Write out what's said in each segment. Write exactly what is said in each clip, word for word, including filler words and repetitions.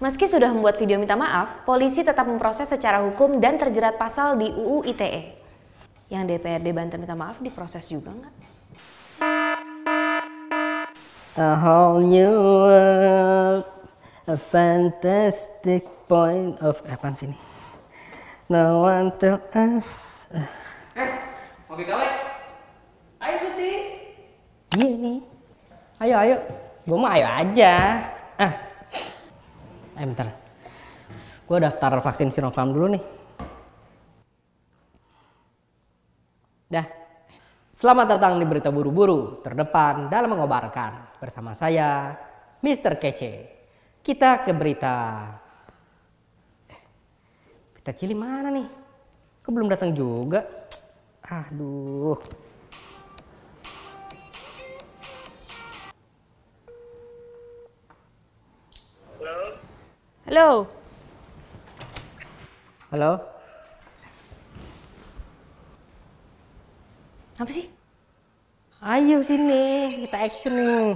Meski sudah membuat video minta maaf, polisi tetap memproses secara hukum dan terjerat pasal di U U I T E. Yang D P R D Banten minta maaf diproses juga nggak? A whole new world, a fantastic point of eh, apaan sini? No one tell us. Eh, mau gawe? Ayo Suti. Iya nih. Ayo ayo. Gue mah ayo aja. Ah. Eh bentar. Gue daftar vaksin Sinovac dulu nih. Dah. Selamat datang di Berita Buru-Buru terdepan dalam mengobarkan. Bersama saya, Mister Kece. Kita ke berita. Eh, berita Cili mana nih? Kok belum datang juga? Aduh. Halo. Halo. Apa sih? Ayo sini, kita action nih.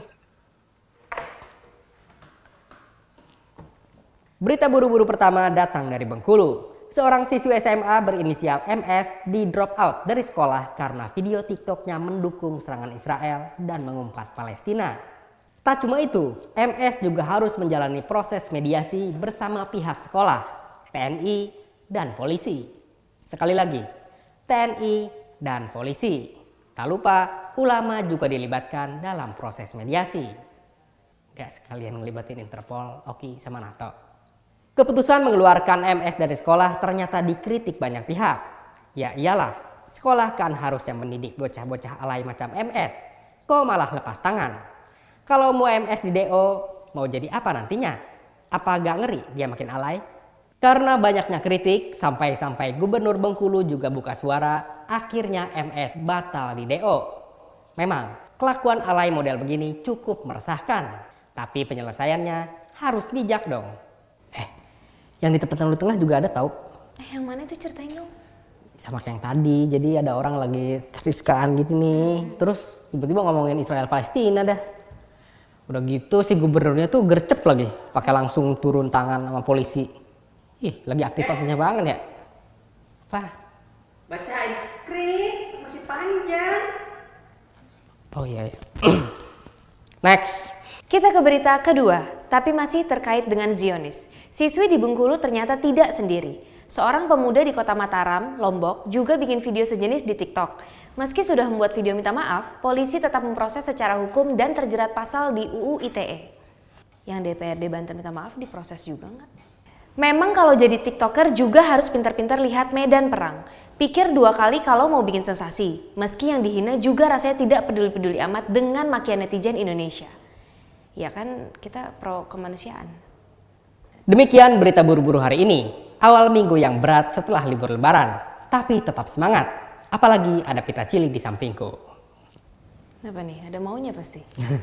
Berita buru-buru pertama datang dari Bengkulu. Seorang siswi S M A berinisial M S di drop out dari sekolah karena video TikToknya mendukung serangan Israel dan mengumpat Palestina. Tak cuma itu, M S juga harus menjalani proses mediasi bersama pihak sekolah, T N I, dan polisi. Sekali lagi, T N I dan polisi. Tak lupa, ulama juga dilibatkan dalam proses mediasi. Gak sekalian ngelibatin Interpol, O K I, sama NATO. Keputusan mengeluarkan M S dari sekolah ternyata dikritik banyak pihak. Ya iyalah, sekolah kan harusnya mendidik bocah-bocah alay macam M S. Kok malah lepas tangan? Kalau mau M S di D O, mau jadi apa nantinya? Apa gak ngeri dia makin alay? Karena banyaknya kritik, sampai-sampai Gubernur Bengkulu juga buka suara, akhirnya M S batal di D O. Memang, kelakuan alay model begini cukup meresahkan. Tapi penyelesaiannya harus bijak dong. Eh, yang di tempat lu tengah juga ada tau? Eh, yang mana itu ceritain dong? Sama kayak yang tadi, jadi ada orang lagi tersiskaan gitu nih. Terus tiba-tiba ngomongin Israel Palestina dah. Udah gitu si gubernurnya tuh gercep lagi, pakai langsung turun tangan sama polisi. Ih, lagi aktif-aktifnya banget ya. Apa? Bacain skrip, masih panjang. Oh iya. iya. Next. Kita ke berita kedua, tapi masih terkait dengan Zionis. Siswi di Bengkulu ternyata tidak sendiri. Seorang pemuda di kota Mataram, Lombok, juga bikin video sejenis di TikTok. Meski sudah membuat video minta maaf, polisi tetap memproses secara hukum dan terjerat pasal di U U I T E. Yang D P R D Banten minta maaf diproses juga nggak? Memang kalau jadi TikToker juga harus pintar-pintar lihat medan perang. Pikir dua kali kalau mau bikin sensasi. Meski yang dihina juga rasanya tidak peduli-peduli amat dengan makian netizen Indonesia. Ya kan kita pro kemanusiaan. Demikian berita buru-buru hari ini. Awal minggu yang berat setelah libur lebaran. Tapi tetap semangat. Apalagi ada pita cili di sampingku. Apa nih? Ada maunya pasti.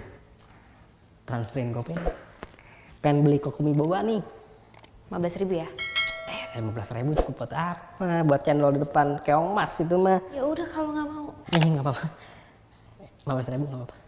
Transferin GoPay. Pengen beli kokomi boba nih. lima belas ribu ya? Eh, lima belas ribu cukup buat apa? Buat channel di depan keong mas itu mah. Ya udah kalau nggak mau. Eh, nggak apa-apa. lima belas ribu nggak apa-apa.